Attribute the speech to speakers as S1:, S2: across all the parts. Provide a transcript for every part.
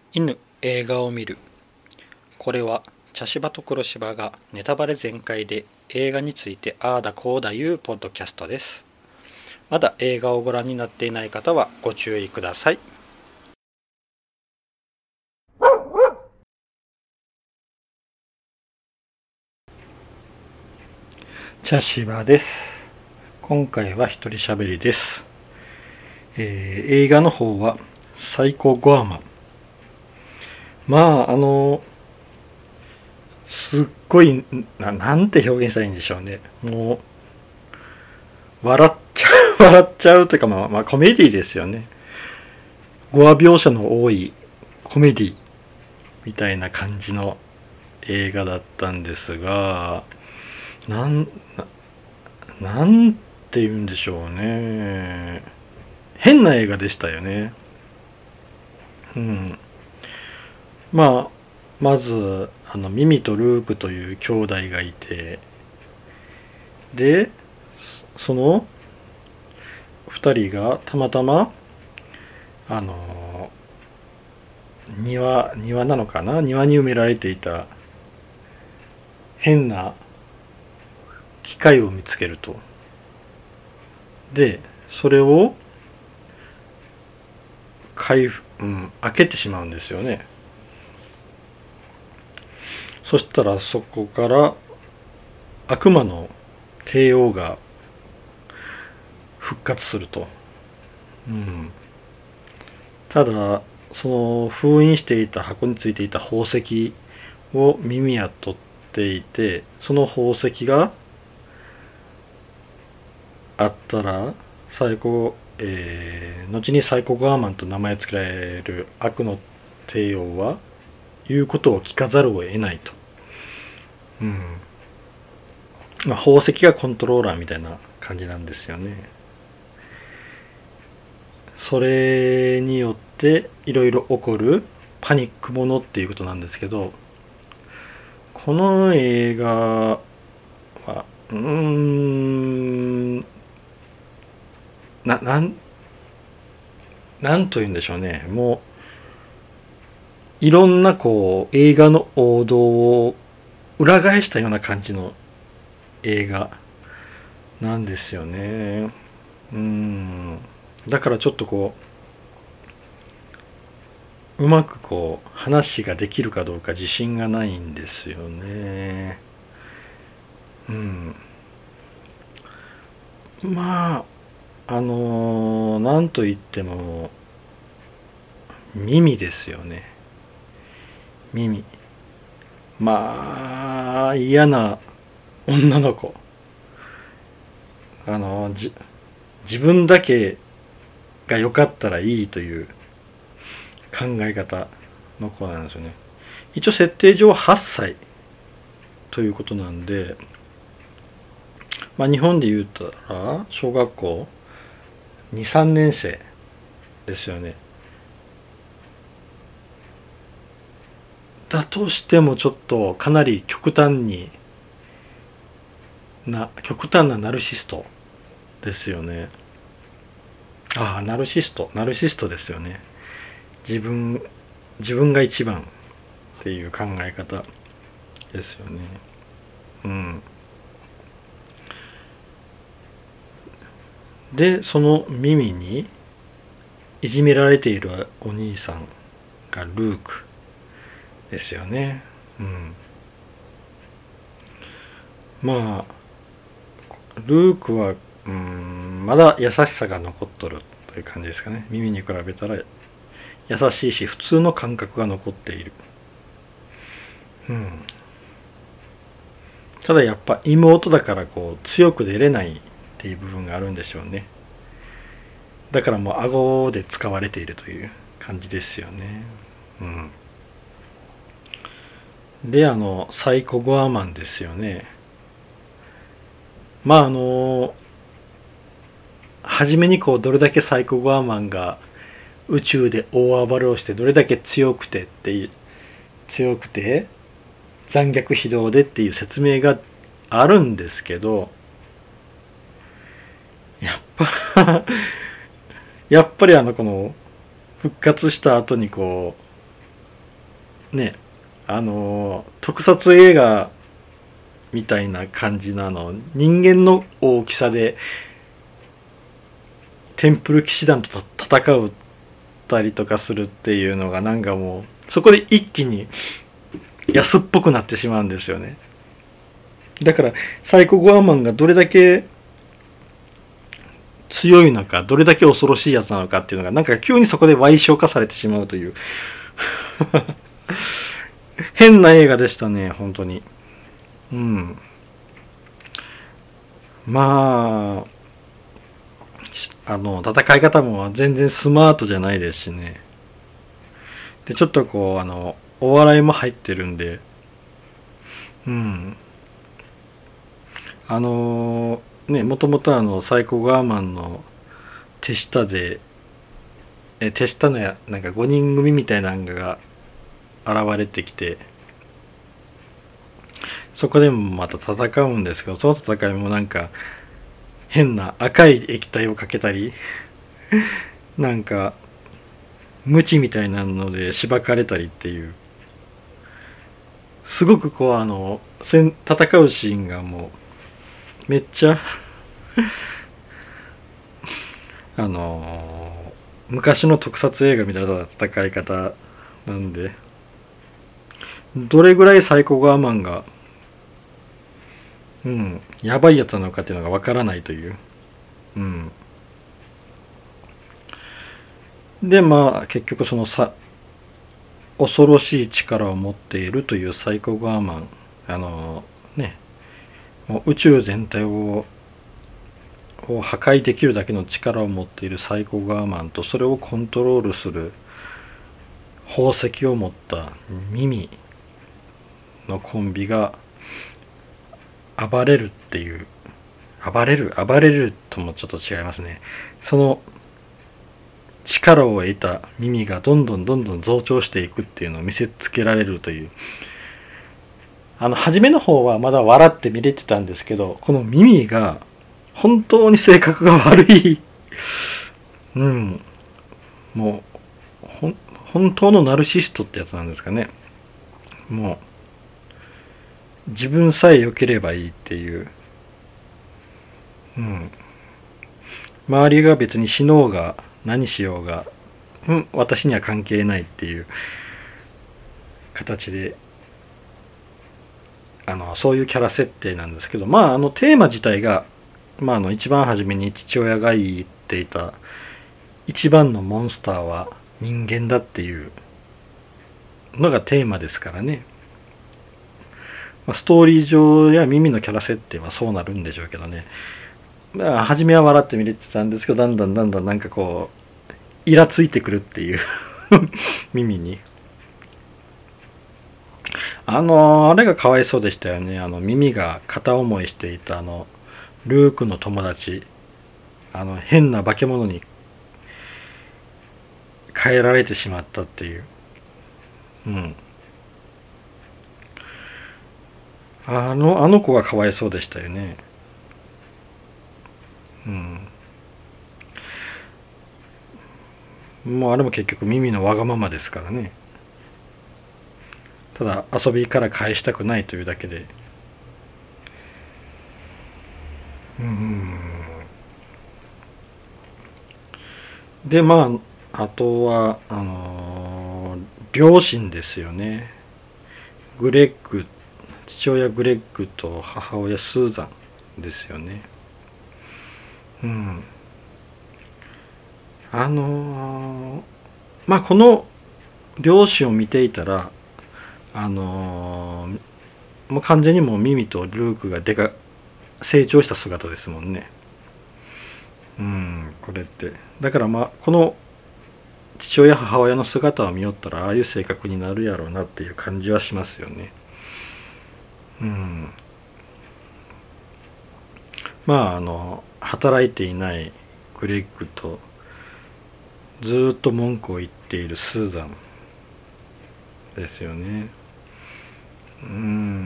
S1: 犬映画を見る。これは茶芝と黒芝がネタバレ全開で映画についてああだこうだいうポッドキャストです。まだ映画をご覧になっていない方はご注意ください。茶芝です。今回は一人喋りです。映画の方はサイコゴアマン。すっごいなんて表現したらいいんでしょうね。もう笑っちゃうというか、コメディですよね。語話描写の多いコメディみたいな感じの映画だったんですが、なんて言うんでしょうね。変な映画でしたよね。うん。まあ、まず、ミミとルークという兄弟がいて、で、その二人がたまたま、あの、庭なのかな、庭に埋められていた変な機械を見つけると。で、それを開けてしまうんですよね。そしたらそこから悪魔の帝王が復活すると。うん、ただ、その封印していた箱についていた宝石を耳は取っていて、その宝石があったら後にサイコガーマンと名前付けられる悪の帝王は言うことを聞かざるを得ないと。うん。宝石がコントローラーみたいな感じなんですよね。それによっていろいろ起こるパニックものっていうことなんですけど、この映画はうーんななんなんと言うんでしょうね。もういろんな映画の王道を裏返したような感じの映画なんですよね。だからちょっとうまく話ができるかどうか自信がないんですよね。うん。まなんと言っても耳ですよね。耳。嫌な女の子。あのじ自分だけが良かったらいいという考え方の子なんですよね。一応設定上8歳ということなんで、日本で言うたら小学校2、3年生ですよね。だとしてもちょっとかなり極端なナルシストですよね。ナルシストですよね。自分、自分が一番っていう考え方ですよね。うん。で、その耳にいじめられているお兄さんがルークですよね。うん。まあ、ルークは、まだ優しさが残っとるという感じですかね。耳に比べたら優しいし、普通の感覚が残っている。うん。ただやっぱ妹だから強く出れないっていう部分があるんでしょうね。だからもう顎で使われているという感じですよね。うん。で、サイコゴアマンですよね。まあ初めにどれだけサイコゴアマンが宇宙で大暴れをしてどれだけ強くて残虐非道でっていう説明があるんですけど、やっやっぱりこの復活した後にね、特撮映画みたいな感じな人間の大きさでテンプル騎士団と戦うたりとかするっていうのがなんかもうそこで一気に安っぽくなってしまうんですよね。だからサイコゴアマンがどれだけ強いのか、どれだけ恐ろしいやつなのかっていうのがなんか急にそこで矮小化されてしまうという変な映画でしたね、本当に。うん。まあ、戦い方も全然スマートじゃないですしね。で、ちょっとこう、お笑いも入ってるんで、うん。もともとサイコガーマンの手下で、手下のなんか5人組みたいなのが現れてきて、そこでもまた戦うんですけど、その戦いもなんか変な赤い液体をかけたり、なんか鞭みたいなのでしばかれたりっていう、すごくこう戦うシーンがもうめっちゃあの昔の特撮映画みたいな戦い方なんで、どれぐらいサイコガーマンがやばいやつなのかっていうのがわからないという。うん。で、まあ、結局恐ろしい力を持っているというサイコガーマン。あのね、もう宇宙全体を破壊できるだけの力を持っているサイコガーマンと、それをコントロールする宝石を持ったミミのコンビが暴れるっていう、暴れるともちょっと違いますね。その力を得た耳がどんどん増長していくっていうのを見せつけられるという、初めの方はまだ笑って見れてたんですけど、この耳が本当に性格が悪いうん、もう本当のナルシストってやつなんですかね。もう自分さえ良ければいいっていう、うん、周りが別に死のうが何しようが、私には関係ないっていう形で、そういうキャラ設定なんですけど、まあテーマ自体が、まあ一番初めに父親が言っていた一番のモンスターは人間だっていうのがテーマですからね。まあ、ストーリー上や耳のキャラ設定はそうなるんでしょうけどね。まあ、初めは笑って見れてたんですけど、だんだんなんかこうイラついてくるっていう耳に。あれがかわいそうでしたよね。耳が片思いしていたルークの友達、変な化け物に変えられてしまったっていう。うん。あの子がかわいそうでしたよね。うん。もうあれも結局耳のわがままですからね。ただ遊びから返したくないというだけで。うん。で、まあ、あとは、両親ですよね。グレッグ、父親グレッグと母親スーザンですよね。うん。まあ、この両親を見ていたら、もう完全にもうミミとルークが成長した姿ですもんね。うん、これって。だからまあ、この父親母親の姿を見よったら、ああいう性格になるやろうなっていう感じはしますよね。うん。まあ、働いていないグレッグと、ずっと文句を言っているスーザンですよね。うん。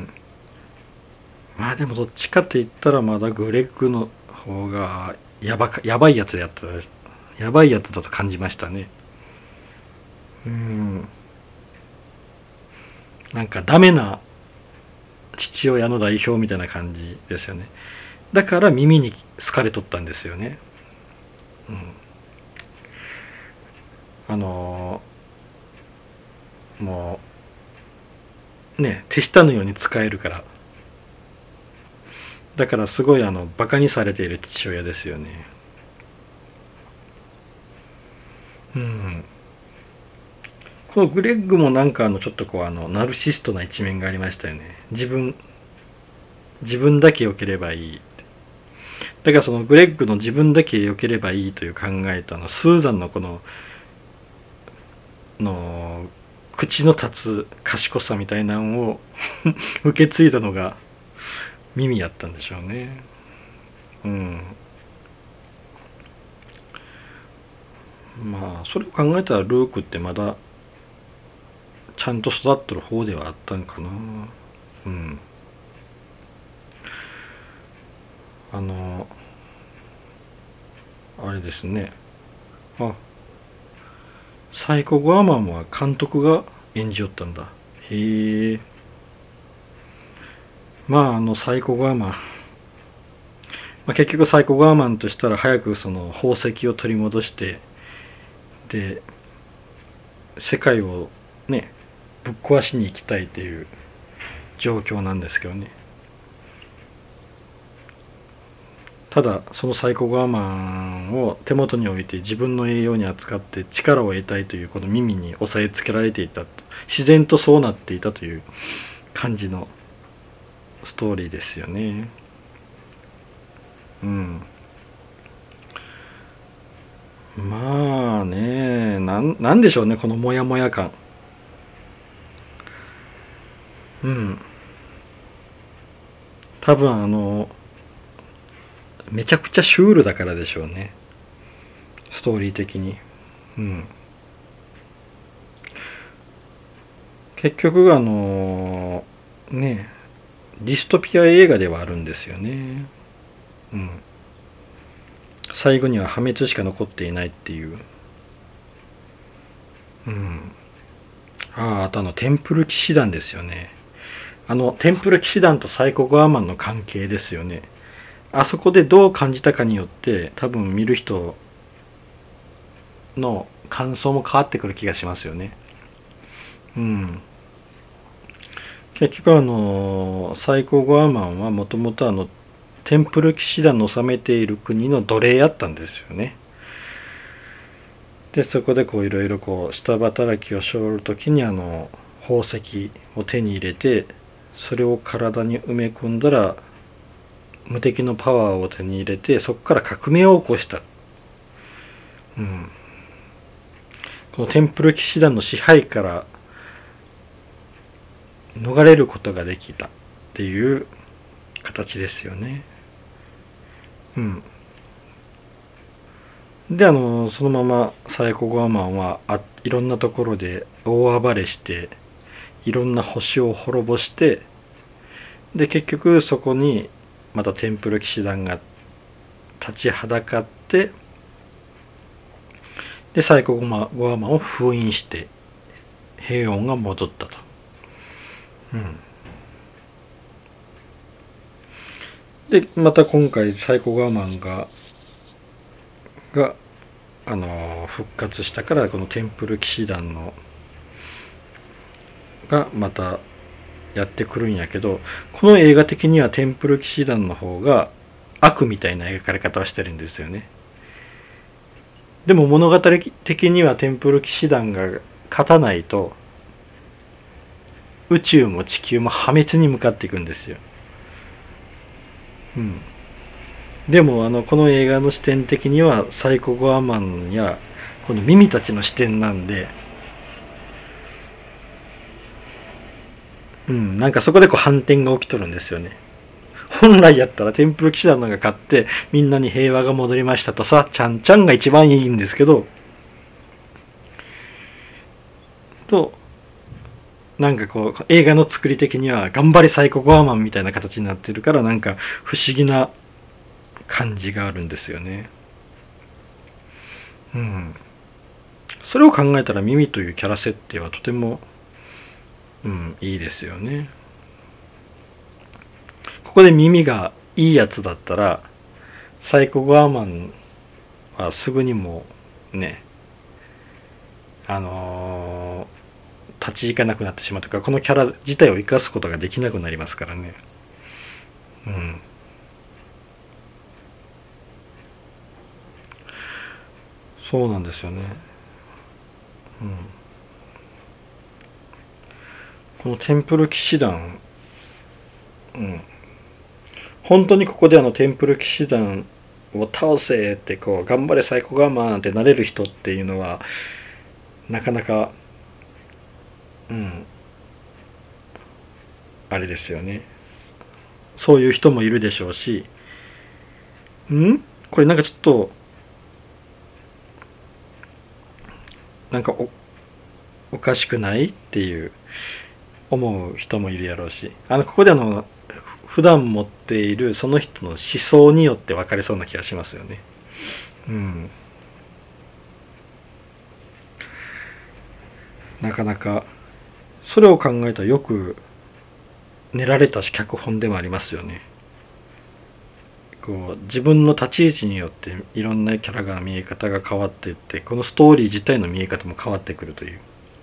S1: まあでもどっちかって言ったらまだグレッグの方がやばいやつやった、やばいやつだと感じましたね。うん。 なんかダメな父親の代表みたいな感じですよね。だから耳に好かれとったんですよね。うん、もうね、手下のように使えるから。だからすごいバカにされている父親ですよね。うん。このグレッグもなんかちょっとこうナルシストな一面がありましたよね。自分だけ良ければいい。だからそのグレッグの自分だけ良ければいいという考えとスーザンのこの口の立つ賢さみたいなのを受け継いだのが耳やったんでしょうね。うん。まあそれを考えたらルークってまだちゃんと育ってる方ではあったんかな。うん。あれですね。あ、サイコゴアマンは監督が演じよったんだ。へえ。まあサイコゴアマン、結局サイコゴアマンとしたら早くその宝石を取り戻して、で世界をねぶっ壊しに行きたいっていう状況なんですけどね。ただそのサイコゴアマンを手元に置いて自分の栄養に扱って力を得たいというこの耳に押さえつけられていた、自然とそうなっていたという感じのストーリーですよね。うん。まあね、なんでしょうね、このモヤモヤ感。うん。多分めちゃくちゃシュールだからでしょうね。ストーリー的に。うん。結局ね、ディストピア映画ではあるんですよね。うん。最後には破滅しか残っていないっていう。うん。あとテンプル騎士団ですよね。テンプル騎士団とサイコゴアマンの関係ですよね。あそこでどう感じたかによって多分見る人の感想も変わってくる気がしますよね。うん。結局サイコゴアマンはもともとテンプル騎士団の治めている国の奴隷やったんですよね。でそこでこういろいろこう下働きをしょるときに宝石を手に入れて、それを体に埋め込んだら無敵のパワーを手に入れて、そこから革命を起こした。うん。このテンプル騎士団の支配から逃れることができたっていう形ですよね。うん。でそのままサイコゴアマンはいろんなところで大暴れして、いろんな星を滅ぼして、で結局そこにまたテンプル騎士団が立ちはだかって、でサイコゴアマンを封印して平穏が戻ったと。うん。でまた今回サイコゴアマンが復活したから、このテンプル騎士団のがまたやってくるんやけど、この映画的にはテンプル騎士団の方が悪みたいな描かれ方をしてるんですよね。でも物語的にはテンプル騎士団が勝たないと宇宙も地球も破滅に向かっていくんですよ。うん。でもこの映画の視点的にはサイコゴアマンやこの耳たちの視点なんで、うん、なんかそこでこう反転が起きとるんですよね。本来やったらテンプル騎士団のが勝ってみんなに平和が戻りましたとさ、ちゃんちゃんが一番いいんですけど、となんかこう映画の作り的には頑張りサイコゴアマンみたいな形になってるから、なんか不思議な感じがあるんですよね。うん。それを考えたらミミというキャラ設定はとてもいいですよね。ここで耳がいいやつだったらサイコゴアマンはすぐにもね立ち行かなくなってしまうというか、このキャラ自体を生かすことができなくなりますからね。そうなんですよね。このテンプル騎士団、本当にここでテンプル騎士団を倒せってこう頑張れサイコガーマンってなれる人っていうのはなかなかあれですよね。そういう人もいるでしょうし、これなんかちょっとなんかおかしくないっていう思う人もいるやろうし、ここで普段持っているその人の思想によって分かれそうな気がしますよね。なかなかそれを考えたらよく練られた脚本でもありますよね。こう自分の立ち位置によっていろんなキャラが見え方が変わっていって、このストーリー自体の見え方も変わってくるという。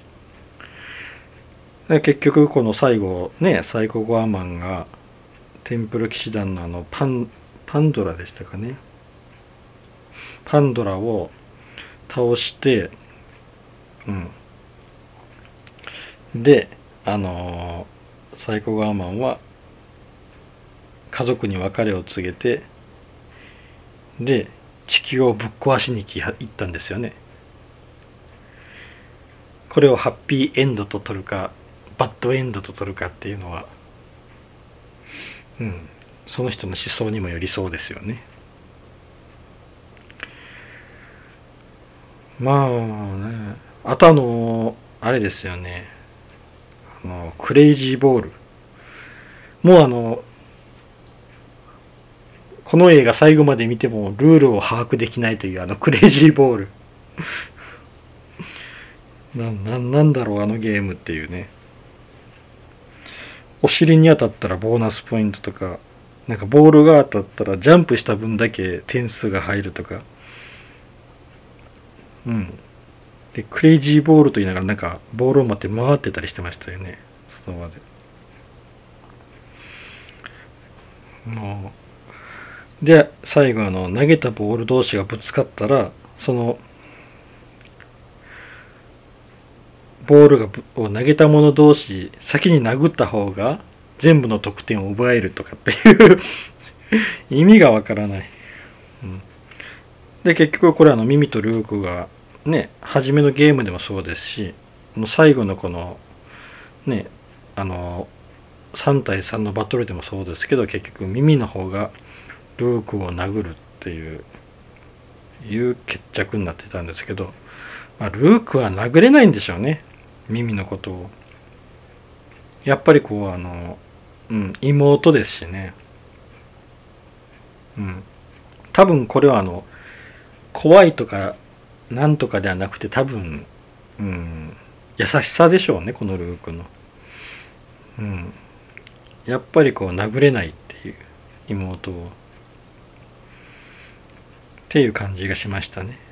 S1: 結局この最後ね、サイコゴアマンがテンプル騎士団のパンドラでしたかね、パンドラを倒して、でサイコゴアマンは家族に別れを告げて、で地球をぶっ壊しに行ったんですよね。これをハッピーエンドと取るかバッドエンドと取るかっていうのは、その人の思想にもよりそうですよね。まあね、あとあれですよね、クレイジーボールもうこの映画最後まで見てもルールを把握できないというクレイジーボールなんだろうゲームっていうね。お尻に当たったらボーナスポイントとか、なんかボールが当たったらジャンプした分だけ点数が入るとか、でクレイジーボールと言いながらなんかボールを持って回ってたりしてましたよね、その場で。もうで最後投げたボール同士がぶつかったら、そのボールを投げた者同士先に殴った方が全部の得点を奪えるとかっていう意味がわからない。で結局これミミとルークがね、初めのゲームでもそうですし、最後のこのね3対3のバトルでもそうですけど、結局ミミの方がルークを殴るっていう決着になってたんですけど、ルークは殴れないんでしょうね、耳のことを。やっぱりこう妹ですしね。多分これは怖いとかなんとかではなくて、多分優しさでしょうね、このルークの。やっぱりこう殴れないっていう妹をっていう感じがしましたね。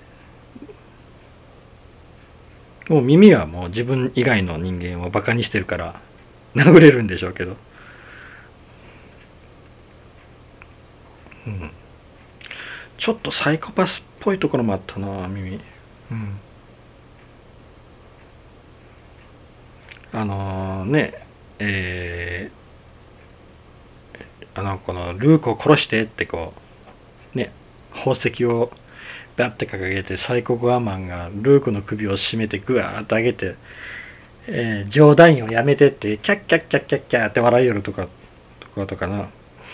S1: もう耳はもう自分以外の人間をバカにしてるから殴れるんでしょうけど、ちょっとサイコパスっぽいところもあったな、耳。ねこのルークを殺してってこうね、宝石をバッて掲げて、サイコゴアマンがルークの首を絞めてグワーッと上げて、冗談をやめてってキャッキャッキャッキャッキャーって笑いよるとかな。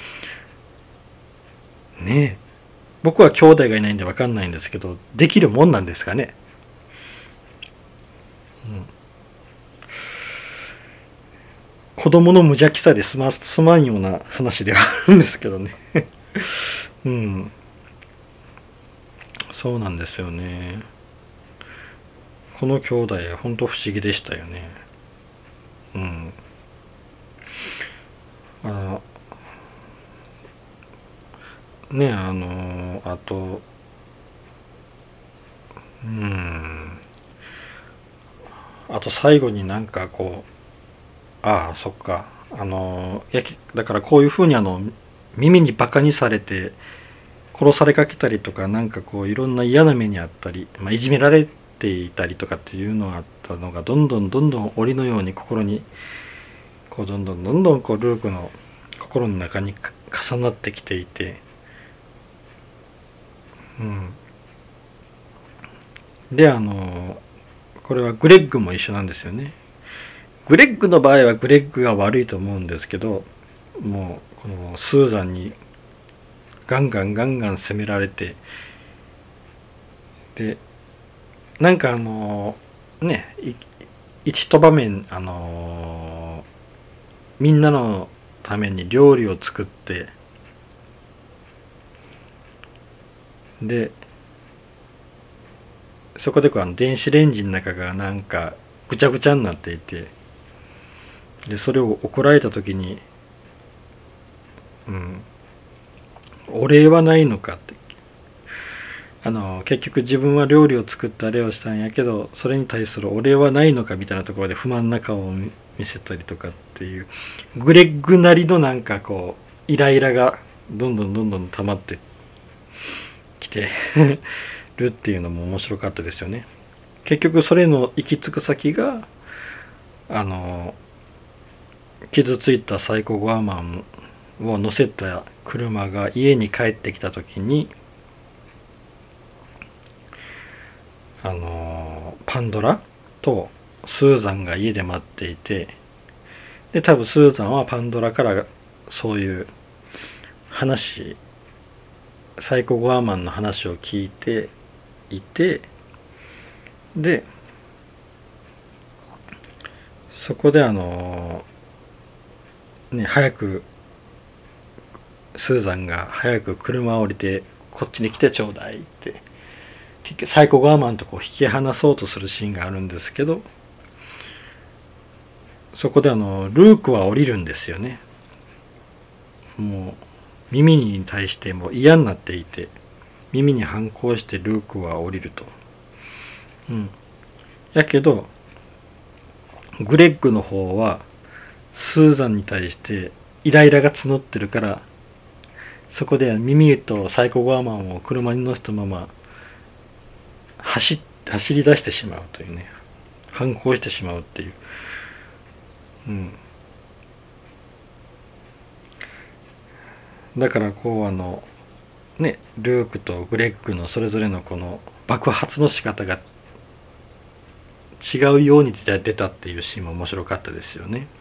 S1: ねえ、僕は兄弟がいないんで分かんないんですけど、できるもんなんですかね。子供の無邪気さで済まんような話ではあるんですけどねそうなんですよね。この兄弟は本当不思議でしたよね。 うん。あね、あと、うん。あと最後になんかこう、ああ、そっか。だからこういうふうに耳にバカにされて殺されかけたりとか、なんかこういろんな嫌な目にあったり、まあ、いじめられていたりとかっていうのがあったのが、どんどんどんどん檻のように心に、こうどんどんどんどんこうルークの心の中に重なってきていて、うん。で、これはグレッグも一緒なんですよね。グレッグの場合はグレッグが悪いと思うんですけど、もうこのスーザンにガンガンガンガン攻められて、でなんかね一場面みんなのために料理を作って、でそこでこう電子レンジの中がなんかぐちゃぐちゃになっていて、でそれを怒られた時に、うん、お礼はないのかって、結局自分は料理を作ったあれをしたんやけど、それに対するお礼はないのかみたいなところで不満な顔を見せたりとかっていう、グレッグなりのなんかこうイライラがどんどんどんどん溜まってきてるっていうのも面白かったですよね。結局それの行き着く先があの傷ついたサイコゴアマンを乗せた車が家に帰ってきた時に、パンドラとスーザンが家で待っていて、で多分スーザンはパンドラからそういう話、サイコゴアマンの話を聞いていて、でそこで早くスーザンが早く車を降りてこっちに来てちょうだいって結局サイコゴアマンとこう引き離そうとするシーンがあるんですけど、そこでルークは降りるんですよね。もう耳に対しても嫌になっていて、耳に反抗してルークは降りると。うん。やけどグレッグの方はスーザンに対してイライラが募ってるから、そこで耳とサイコゴアマンを車に乗せたまま走り出してしまうというね、反抗してしまうっていう、うん、だからこうねルークとグレッグのそれぞれのこの爆発の仕方が違うように出たっていうシーンも面白かったですよね。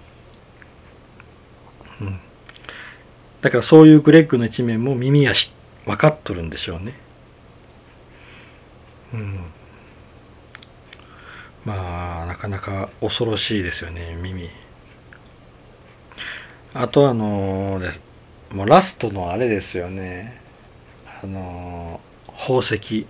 S1: うん、だからそういうグレッグの一面も耳や分かっとるんでしょうね。うん、まあなかなか恐ろしいですよね、耳。あともうラストのあれですよね、宝石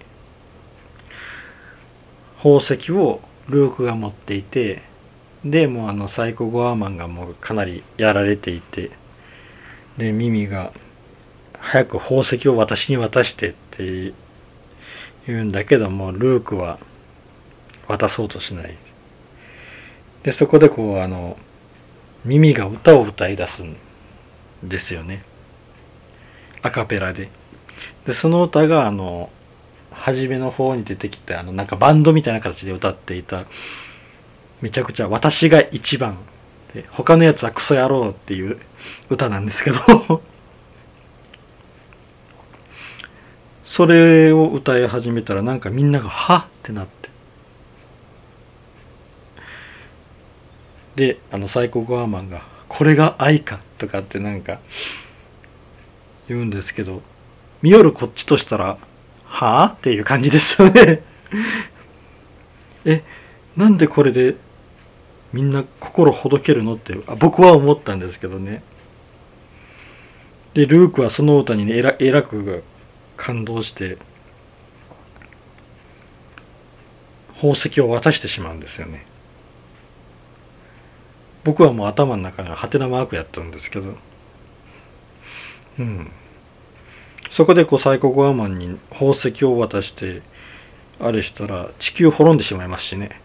S1: をルークが持っていて、でもうサイコゴアマンがもうかなりやられていて、でミミが早く宝石を私に渡してって言うんだけども、ルークは渡そうとしない。でそこでこうミミが歌を歌い出すんですよね、アカペラで。でその歌が初めの方に出てきたなんかバンドみたいな形で歌っていた、めちゃくちゃ私が一番で他のやつはクソ野郎っていう歌なんですけどそれを歌い始めたらなんかみんながはっってなって、でサイコゴアマンがこれが愛かとかってなんか言うんですけど、見よるこっちとしたらはあっていう感じですよねえ、なんでこれでみんな心ほどけるのって僕は思ったんですけどね。でルークはその歌にねえらく感動して宝石を渡してしまうんですよね。 僕はもう頭の中にはハテナマークやったんですけど、そこでこうサイコゴアマンに宝石を渡してあれしたら地球滅んでしまいますしね。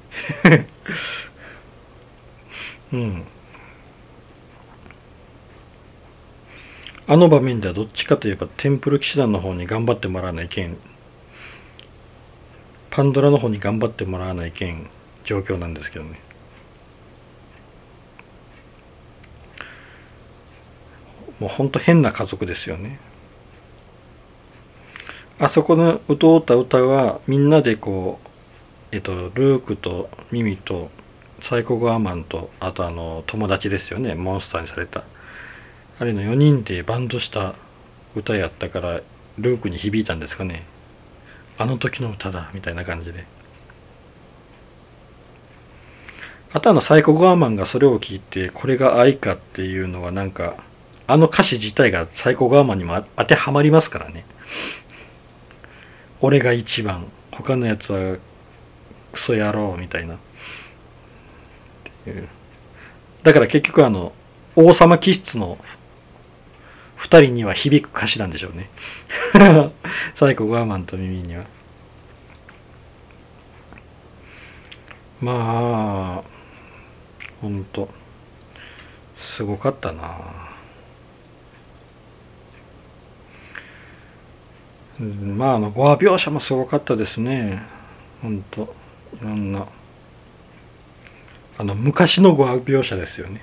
S1: あの場面ではどっちかといえばテンプル騎士団の方に頑張ってもらわないけん、パンドラの方に頑張ってもらわないけん状況なんですけどね。もうほんと変な家族ですよね。あそこの歌うた歌はみんなでこうルークとミミとサイコゴアマンとあと友達ですよね、モンスターにされたあれの4人でバンドした歌やったからルークに響いたんですかね。あの時の歌だみたいな感じで。あとサイコゴアマンがそれを聞いてこれが愛かっていうのはなんかあの歌詞自体がサイコゴアマンにも当てはまりますからね。俺が一番他のやつはクソ野郎みたいな。だから結局王様気質の二人には響く歌詞なんでしょうね。サイコゴアマンと耳には。まあほんとすごかったな。まあ語話描写もすごかったですね。ほんといろんな昔の語話描写ですよね。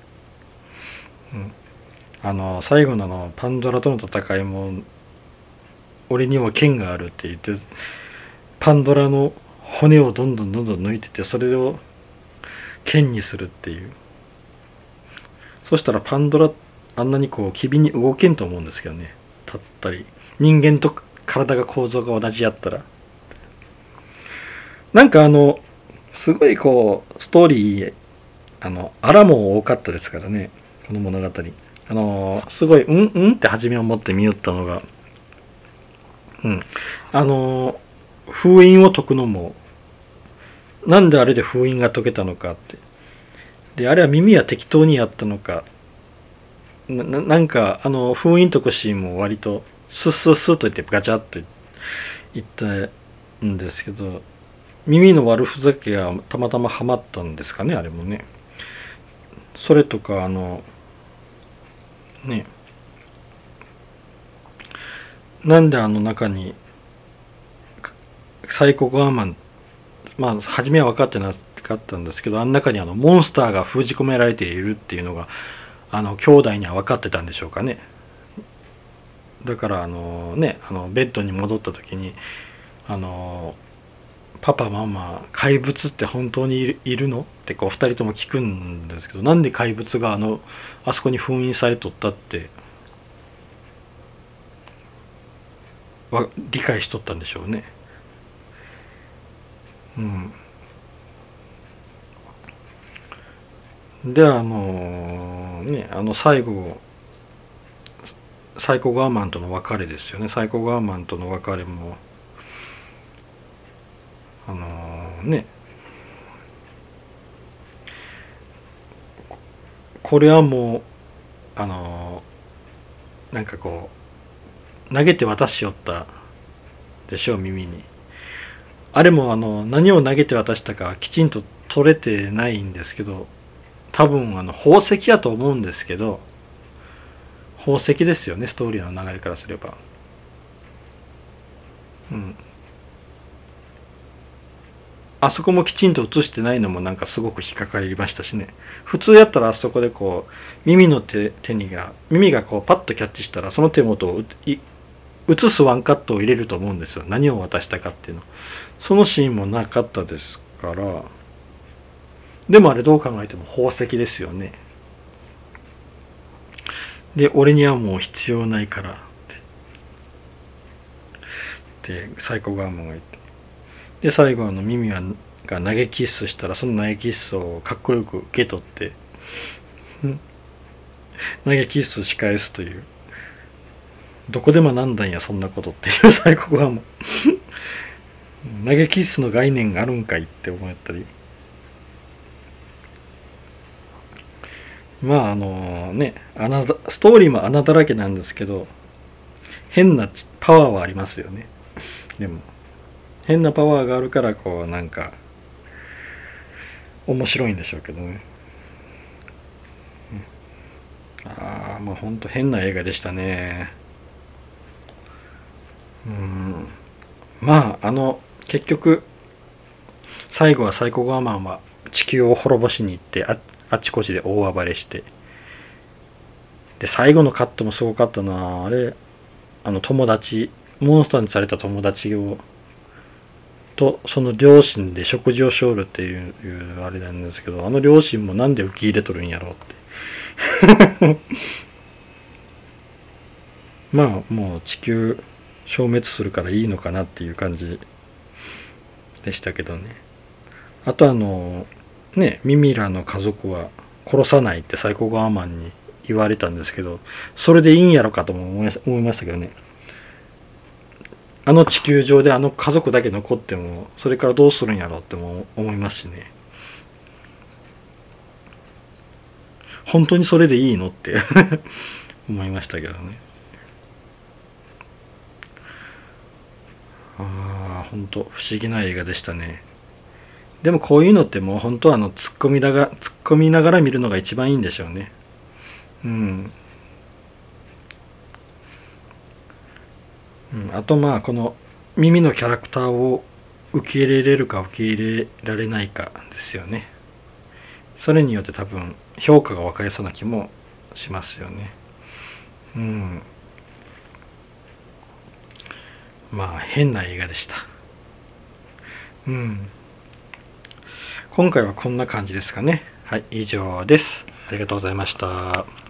S1: 最後のパンドラとの戦いも俺にも剣があるって言ってパンドラの骨をどんどん抜いててそれを剣にするっていう。そしたらパンドラあんなにこう機敏に動けんと思うんですけどね。立ったり人間と体が構造が同じやったらなんかすごいこうストーリーあらも多かったですからね、この物語。すごいって初め思って見よったのが、封印を解くのもなんであれで封印が解けたのかって、であれは耳は適当にやったのか、なんか封印解くシーンも割とスッスッスッといってガチャッといったんですけど、耳の悪ふざけがたまたまハマったんですかね、あれもね。それとかなんで中にサイコゴアマン、まあ初めは分かってなかったんですけど、あの中にモンスターが封じ込められているっていうのが兄弟には分かってたんでしょうかね。だからベッドに戻った時にパパママ怪物って本当にいるのってこう2人とも聞くんですけど、なんで怪物があそこに封印されとったって理解しとったんでしょうね。で最後サイコガーマンとの別れですよね。サイコガーマンとの別れもこれはもうなんかこう投げて渡しよったでしょう、耳に。あれも何を投げて渡したかきちんと取れてないんですけど、多分宝石やと思うんですけど、宝石ですよね、ストーリーの流れからすれば。あそこもきちんと映してないのもなんかすごく引っかかりましたしね。普通やったらあそこでこう耳がこうパッとキャッチしたらその手元を映すワンカットを入れると思うんですよ、何を渡したかっていうの。そのシーンもなかったですから。でもあれどう考えても宝石ですよね。で俺にはもう必要ないからってサイコガーマンが言って、で最後耳が投げキッスしたらその投げキッスをかっこよく受け取って投げキッスし返すという、どこでもなんだんやそんなことっていうサイコガーマン投げキッスの概念があるんかいって思ったり、 まあね、ストーリーも穴だらけなんですけど、変なパワーはありますよね。でも変なパワーがあるからこうなんか面白いんでしょうけどね。ああ、もうほんと変な映画でしたね。うん。まあ結局最後はサイコガーマンは地球を滅ぼしに行って、あちこちで大暴れして、で最後のカットもすごかったなあれ。友達、モンスターにされた友達とその両親で食事をしょるっていうあれなんですけど、あの両親もなんで受け入れとるんやろうって。まあもう地球消滅するからいいのかなっていう感じでしたけどね。あとね、ミミラの家族は殺さないってサイコガーマンに言われたんですけど、それでいいんやろかとも思いましたけどね。地球上で家族だけ残ってもそれからどうするんやろっても思いますしね。本当にそれでいいのって思いましたけどね。ああ、本当不思議な映画でしたね。でもこういうのってもう本当突っ込みながら見るのが一番いいんでしょうね。うん。うん、あとまあこの耳のキャラクターを受け入れれるか受け入れられないかですよね。それによって多分評価が分かりそうな気もしますよね。うん。まあ変な映画でした。うん。今回はこんな感じですかね。はい、以上です。ありがとうございました。